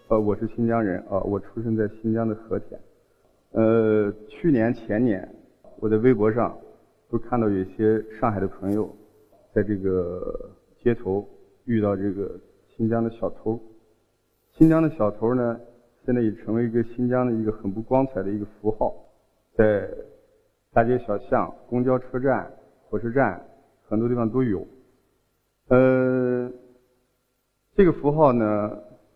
我是新疆人啊，我出生在新疆的和田。去年前年，我在微博上都看到有些上海的朋友在这个街头遇到这个新疆的小偷。新疆的小偷呢，现在也成为一个新疆的一个很不光彩的一个符号，在大街小巷、公交车站、火车站很多地方都有。这个符号呢，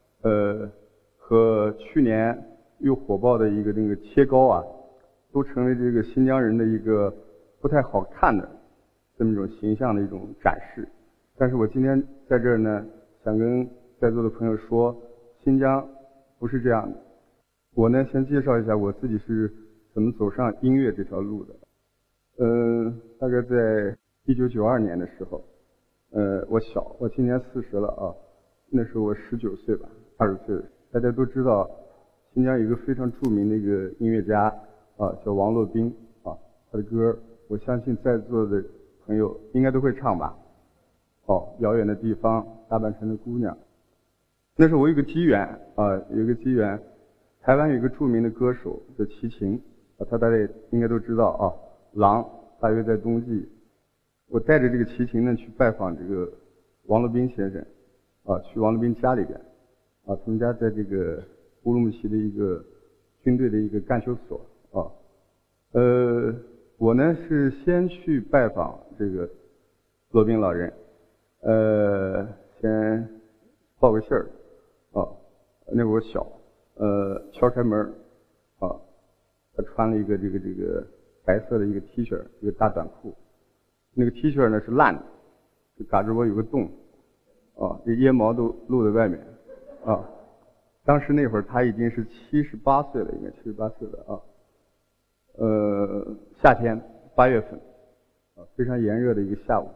和去年又火爆的一个那个切糕啊，都成为这个新疆人的一个不太好看的这么一种形象的一种展示。但是我今天在这儿呢，想跟在座的朋友说，新疆不是这样的。我呢，先介绍一下我自己是怎么走上音乐这条路的。大概在1992年的时候，我小，我今年40了啊，那时候我19岁吧，20岁。大家都知道，新疆有一个非常著名的一个音乐家啊，叫王洛宾啊，他的歌，我相信在座的朋友应该都会唱吧。遥远的地方，大半城的姑娘。那时候我有个机缘啊，台湾有一个著名的歌手叫齐秦啊，大家应该都知道啊，狼大约在冬季。我带着这个齐秦呢去拜访这个王洛宾先生啊，去王洛宾家里边啊，他们家在这个乌鲁木齐的一个军队的一个干休所啊。我呢是先去拜访这个洛宾老人，先报个信儿啊。那会儿我小，敲开门啊，他穿了一个这个白色的一个 T 恤，一个大短裤。那个 T 恤呢是烂的，就嘎吱窝有个洞，啊，这腋毛都露在外面，啊，当时那会儿他已经是78岁了，应该78岁了啊。夏天8月份，啊，非常炎热的一个下午。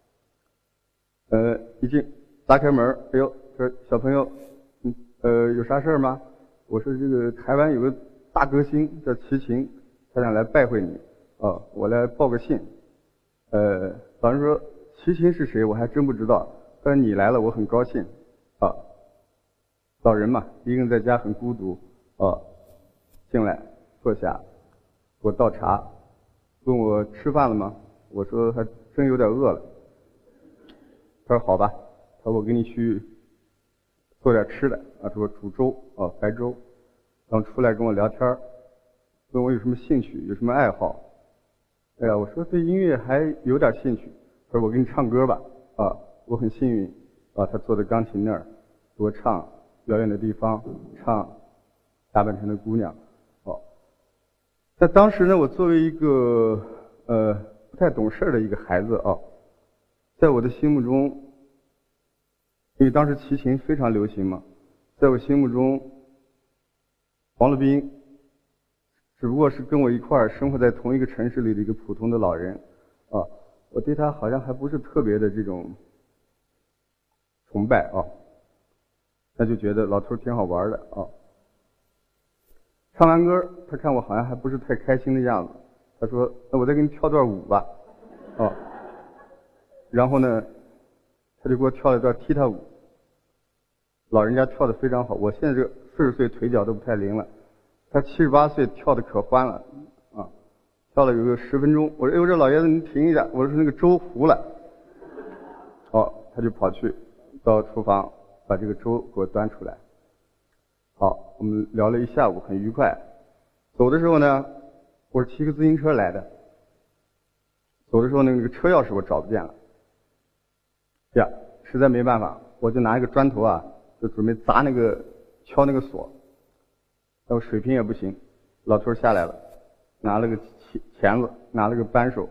一进打开门，哎呦，说小朋友，有啥事儿吗？我说这个台湾有个大歌星叫齐秦，他想来拜会你，啊，我来报个信。老人说齐秦是谁？我还真不知道。但是你来了，我很高兴。啊，老人嘛，一个人在家很孤独。啊，进来坐下，给我倒茶，问我吃饭了吗？我说还真有点饿了。他说好吧，他说我给你去做点吃的啊，他说煮粥啊，白粥，然后出来跟我聊天，问我有什么兴趣，有什么爱好。哎呀，我说对音乐还有点兴趣。他说我给你唱歌吧，啊，我很幸运啊，他坐在钢琴那儿给我唱《遥远的地方》，唱《大半城的姑娘》。哦，在当时呢，我作为一个不太懂事的一个孩子啊，在我的心目中，因为当时齐秦非常流行嘛，在我心目中，王洛宾只不过是跟我一块儿生活在同一个城市里的一个普通的老人啊，我对他好像还不是特别的这种崇拜啊，那就觉得老头挺好玩的啊。唱完歌，他看我好像还不是太开心的样子，他说：“那我再给你跳段舞吧。”啊，然后呢，他就给我跳了一段踢踏舞。老人家跳得非常好，我现在这个40岁腿脚都不太灵了。他78岁跳得可欢了啊，跳了有个10分钟。我说：“哎呦，这老爷子你停一下！”我说：“那个粥糊了。”哦，他就跑去到厨房把这个粥给我端出来。好，我们聊了一下午，很愉快。走的时候呢，我是骑个自行车来的。走的时候那个车钥匙我找不见了，呀，实在没办法，我就拿一个砖头啊，就准备敲那个锁。我水平也不行，老头下来了，拿了个钳子，拿了个扳手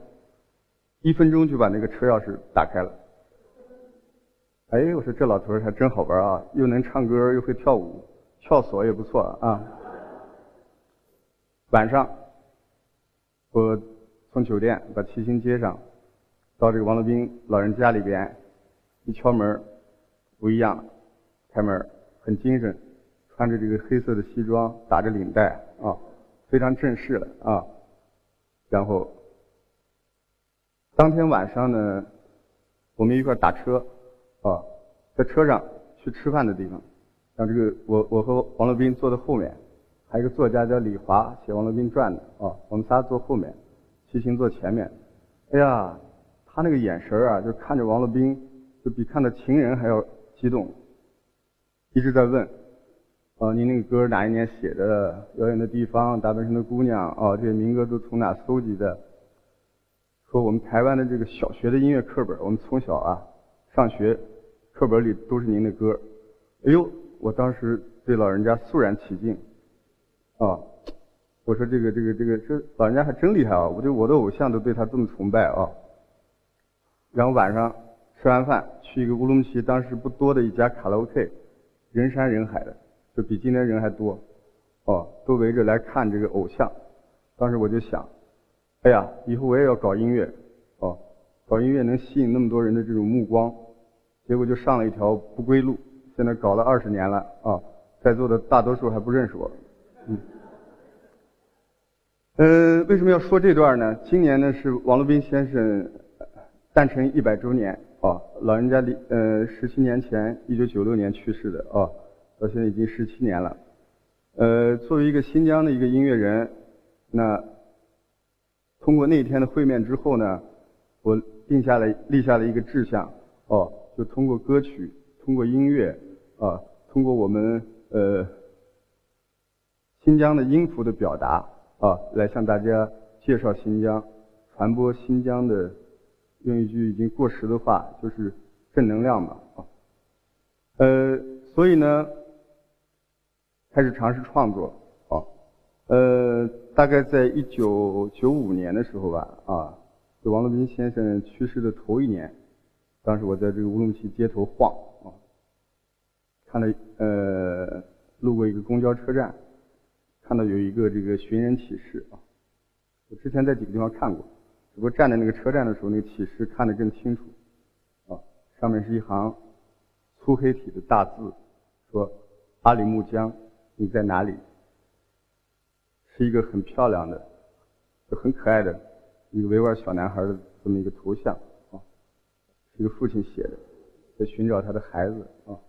，1分钟就把那个车钥匙打开了。哎，我说这老头还真好玩啊，又能唱歌又会跳舞，撬锁也不错啊。晚上我从酒店把齐秦接上，到这个王洛宾老人家里边，一敲门不一样，开门很精神，穿着这个黑色的西装，打着领带啊，非常正式了啊。然后当天晚上呢，我们一块打车啊，在车上去吃饭的地方， 像这个我和王洛宾坐在后面，还有一个作家叫李华写王洛宾传的啊，我们仨坐后面，齐秦坐前面。哎呀，他那个眼神啊，就看着王洛宾，就比看到情人还要激动，一直在问。您那个歌哪一年写的？遥远的地方，大半生的姑娘，这些民歌都从哪搜集的？说我们台湾的这个小学的音乐课本，我们从小啊上学，课本里都是您的歌。哎呦，我当时对老人家肃然起敬。我说这老人家还真厉害啊！我的偶像都对他这么崇拜啊。然后晚上吃完饭，去一个乌鲁木齐当时不多的一家卡拉 OK， 人山人海的。就比今天人还多，都围着来看这个偶像。当时我就想，哎呀，以后我也要搞音乐，搞音乐能吸引那么多人的这种目光，结果就上了一条不归路。现在搞了20年了在座的大多数还不认识我。为什么要说这段呢？今年呢是王洛宾先生诞辰100周年老人家17年前1996年去世的到现在已经17年了。作为一个新疆的一个音乐人，那通过那天的会面之后呢，我立下了一个志向，就通过歌曲，通过音乐，通过我们新疆的音符的表达来向大家介绍新疆，传播新疆的，用一句已经过时的话，就是正能量嘛所以呢。开始尝试创作大概在1995年的时候吧就王洛宾先生去世的头1年，当时我在这个乌鲁木齐街头晃看到路过一个公交车站，看到有一个这个寻人启事我之前在几个地方看过，只不过站在那个车站的时候，那个启事看得更清楚上面是一行粗黑体的大字，说阿里木江。你在哪里？是一个很漂亮的，就很可爱的一个维吾尔小男孩的这么一个头像是一个父亲写的，在寻找他的孩子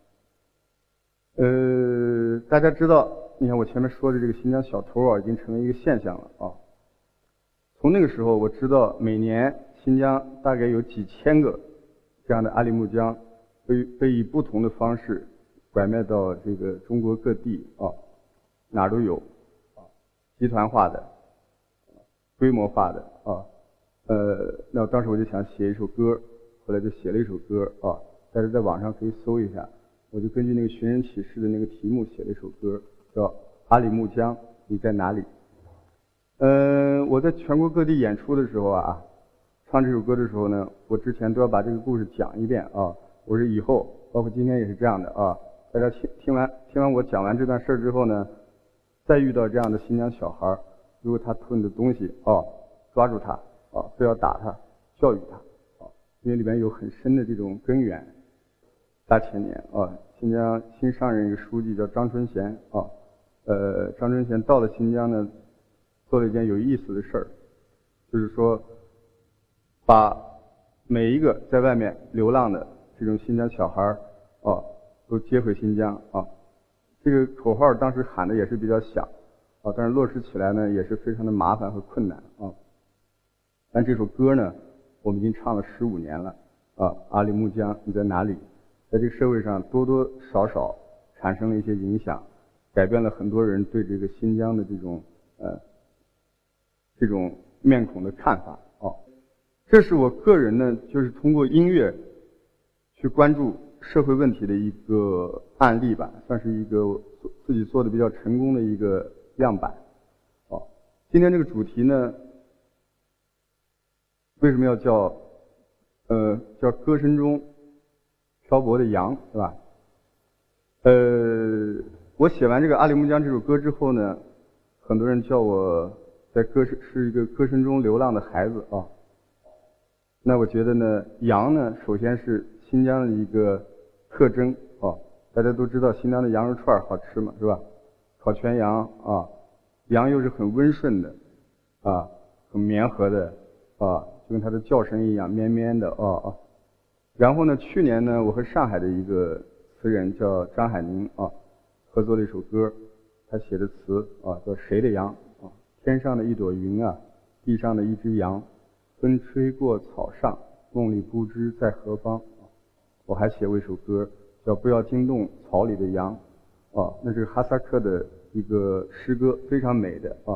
大家知道，你看我前面说的这个新疆小偷已经成为一个现象了从那个时候，我知道每年新疆大概有几千个这样的阿里木江被以不同的方式拐卖到这个中国各地哪儿都有集团化的规模化的那当时我就想写一首歌，后来就写了一首歌但是在网上可以搜一下，我就根据那个寻人启事的那个题目写了一首歌，叫阿里木江你在哪里。我在全国各地演出的时候唱这首歌的时候呢，我之前都要把这个故事讲一遍我说以后包括今天也是这样的大家听完我讲完这段事儿之后呢，再遇到这样的新疆小孩，如果他偷你的东西抓住他不要打他，教育他因为里面有很深的这种根源。大前年新疆新上任一个书记叫张春贤张春贤到了新疆呢，做了一件有意思的事儿，就是说把每一个在外面流浪的这种新疆小孩都接回新疆这个口号当时喊的也是比较响但是落实起来呢也是非常的麻烦和困难但这首歌呢我们已经唱了15年了阿里木江你在哪里，在这个社会上多多少少产生了一些影响，改变了很多人对这个新疆的这种面孔的看法这是我个人呢就是通过音乐去关注社会问题的一个案例吧，算是一个自己做的比较成功的一个样板今天这个主题呢为什么要叫歌声中漂泊的羊，是吧？我写完这个阿里木江这首歌之后呢，很多人叫我是一个歌声中流浪的孩子那我觉得呢，羊呢，首先是新疆的一个特征大家都知道新疆的羊肉串好吃嘛，是吧？烤全羊羊又是很温顺的很绵和的就跟它的叫声一样绵绵的然后呢，去年呢，我和上海的一个词人叫张海宁合作了一首歌，他写的词啊叫谁的羊啊？天上的一朵云啊，地上的一只羊，风吹过草上，梦里不知在何方。我还写过一首歌叫不要惊动草里的羊啊，那是哈萨克的一个诗歌，非常美的啊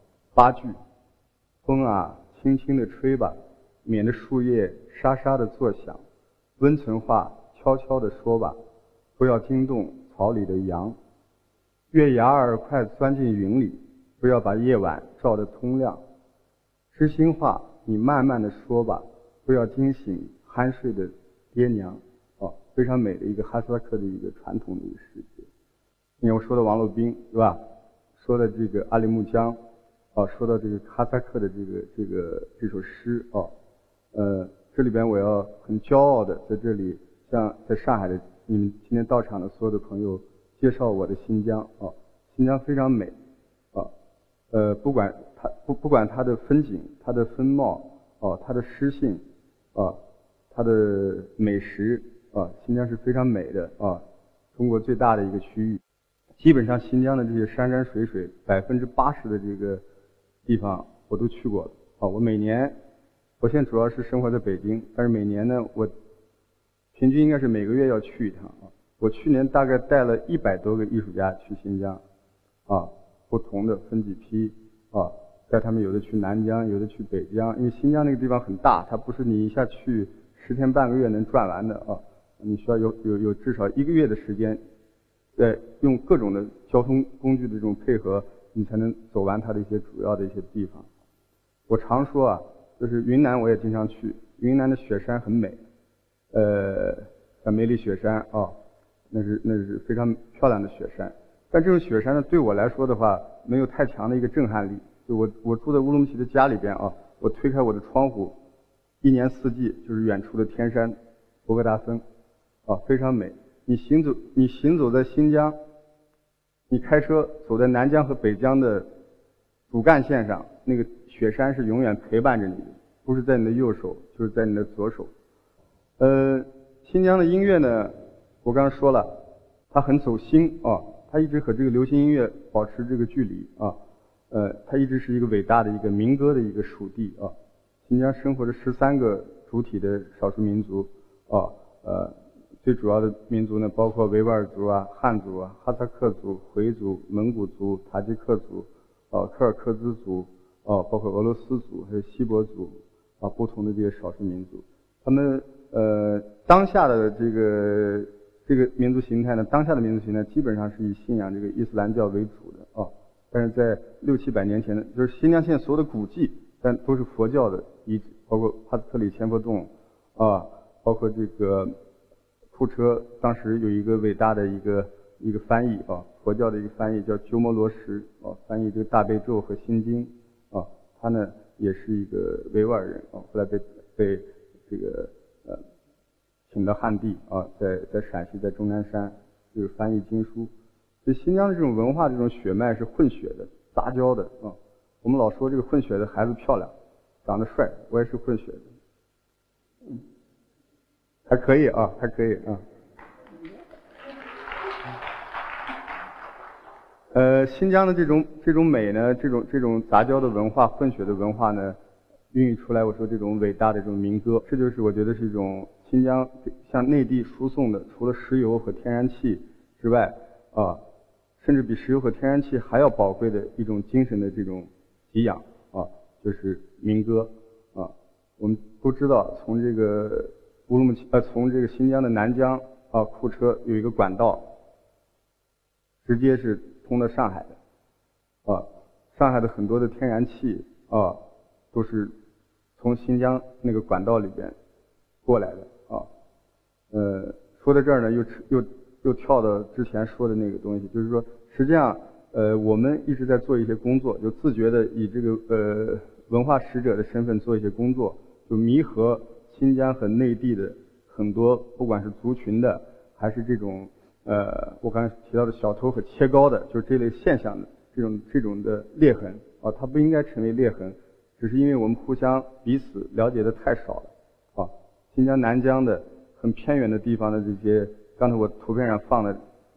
，8句。风啊轻轻地吹吧，免得树叶沙沙的作响，温存话悄悄地说吧，不要惊动草里的羊。月牙儿快钻进云里，不要把夜晚照得通亮。知心话你慢慢地说吧，不要惊醒酣睡的爹娘。非常美的一个哈萨克的一个传统的一个诗节。因为我说的王洛宾是吧？说的这个阿里木江，说到这个哈萨克的这首诗这里边我要很骄傲的在这里向在上海的你们今天到场的所有的朋友介绍我的新疆新疆非常美不管它的风景、它的风貌它的诗性它的美食新疆是非常美的中国最大的一个区域，基本上新疆的这些山山水水80%的这个地方我都去过了我现在主要是生活在北京，但是每年呢我平均应该是每个月要去一趟我去年大概带了100多个艺术家去新疆不同的分几批带他们有的去南疆，有的去北疆，因为新疆那个地方很大，它不是你一下去10天半个月能转完的你需要有至少1个月的时间，用各种的交通工具的这种配合，你才能走完它的一些主要的一些地方。我常说就是云南我也经常去，云南的雪山很美，像梅里雪山那是非常漂亮的雪山。但这种雪山呢，对我来说的话，没有太强的一个震撼力。就我住在乌鲁木齐的家里边我推开我的窗户，一年四季就是远处的天山博格达峰非常美。你行走在新疆，你开车走在南疆和北疆的主干线上，那个雪山是永远陪伴着你的，不是在你的右手，就是在你的左手。新疆的音乐呢，我刚才说了，它很走心它一直和这个流行音乐保持这个距离它一直是一个伟大的一个民歌的一个属地新疆生活着13个主体的少数民族最主要的民族呢，包括维吾尔族汉族哈萨克族、回族、蒙古族、塔吉克族柯尔克孜族包括俄罗斯族还有锡伯族不同的这些少数民族。他们当下的这个民族形态呢，基本上是以信仰这个伊斯兰教为主的但是在600-700年前呢，就是新疆现在所有的古迹，但都是佛教的遗址，包括帕斯特里千佛洞包括这个库车，当时有一个伟大的一个翻译佛教的一个翻译叫鸠摩罗什翻译这个大悲咒和心经他呢也是一个维吾尔人后来被这个请到汉地在陕西在终南山就是翻译经书。所以新疆的这种文化这种血脉是混血的杂交的我们老说这个混血的孩子漂亮长得帅，我也是混血的还可以还可以新疆的这种美呢，这种杂交的文化混血的文化呢，孕育出来我说这种伟大的这种民歌，这就是我觉得是一种新疆向内地输送的，除了石油和天然气之外甚至比石油和天然气还要宝贵的一种精神的这种给养就是民歌我们都知道，从这个乌鲁木齐从这个新疆的南疆库车有一个管道，直接是通到上海的上海的很多的天然气都是从新疆那个管道里边过来的说到这儿呢，又跳到之前说的那个东西，就是说实际上我们一直在做一些工作，就自觉的以这个文化使者的身份做一些工作，就弥合新疆和内地的很多不管是族群的还是这种我刚才提到的小偷和切糕的，就是这类现象的这种的裂痕它不应该成为裂痕，只是因为我们互相彼此了解的太少了新疆南疆的很偏远的地方的这些，刚才我图片上放的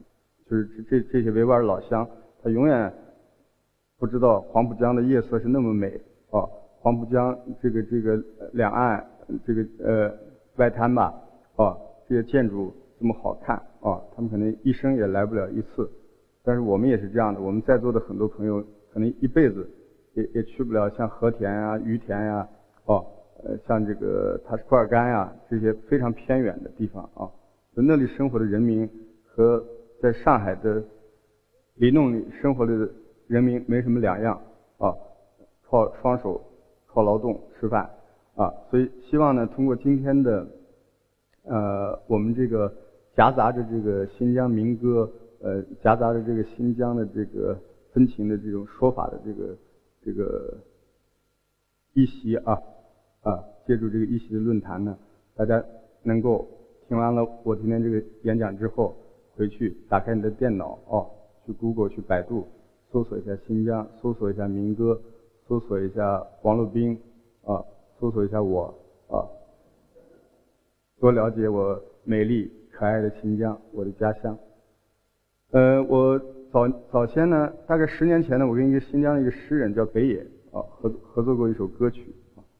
就是这些维吾尔老乡，他永远不知道黄浦江的夜色是那么美啊，黄浦江这个两岸这个外滩吧啊，这些建筑这么好看啊，他们可能一生也来不了一次。但是我们也是这样的，我们在座的很多朋友可能一辈子也去不了像和田呀、于田呀，像这个塔什库尔干呀这些非常偏远的地方啊，就那里生活的人民和在上海的里弄里生活的人民没什么两样啊，靠双手靠劳动吃饭啊，所以希望呢，通过今天的我们这个夹杂着这个新疆民歌。夹杂着这个新疆的这个风情的这种说法的这个一席借助这个一席的论坛呢，大家能够听完了我今天这个演讲之后，回去打开你的电脑去 Google 去百度搜索一下新疆，搜索一下民歌，搜索一下王洛宾搜索一下我多了解我美丽可爱的新疆，我的家乡。我早先呢，大概10年前呢，我跟一个新疆的一个诗人叫北野合作过一首歌曲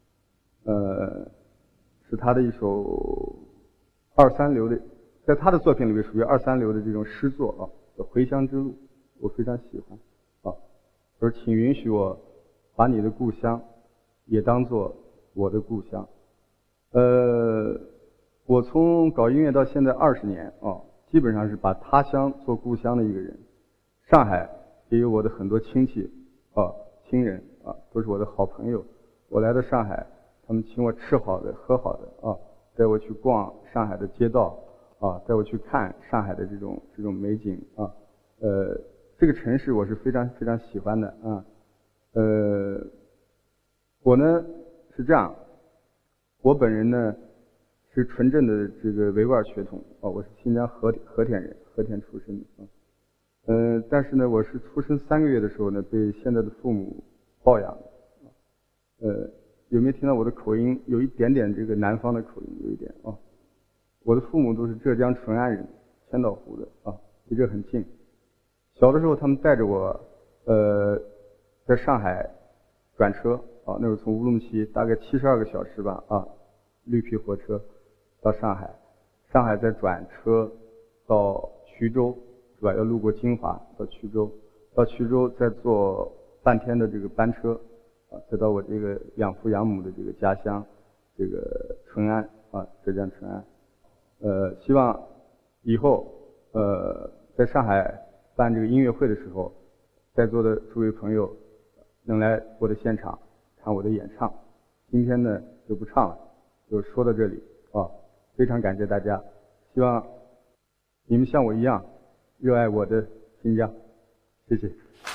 是他的一首二三流的，在他的作品里面属于二三流的这种诗作叫《回乡之路》，我非常喜欢说请允许我把你的故乡也当作我的故乡。我从搞音乐到现在20年基本上是把他乡做故乡的一个人。上海也有我的很多亲戚亲人都是我的好朋友。我来到上海，他们请我吃好的喝好的带我去逛上海的街道带我去看上海的这种美景这个城市我是非常非常喜欢的我呢是这样，我本人呢是纯正的这个维吾尔血统我是新疆和田人，和田出身的但是呢，我是出生3个月的时候呢，被现在的父母抱养有没有听到我的口音？有一点点这个南方的口音，有一点我的父母都是浙江淳安人，千岛湖的离这很近。小的时候，他们带着我在上海转车那时候从乌鲁木齐大概72个小时吧绿皮火车到上海，上海再转车到衢州是吧？要路过金华到衢州，到衢州再坐半天的这个班车再到我这个养父养母的这个家乡这个淳安浙江淳安。希望以后在上海办这个音乐会的时候，在座的诸位朋友能来我的现场看我的演唱。今天呢就不唱了，就说到这里非常感谢大家，希望你们像我一样热爱我的新疆，谢谢。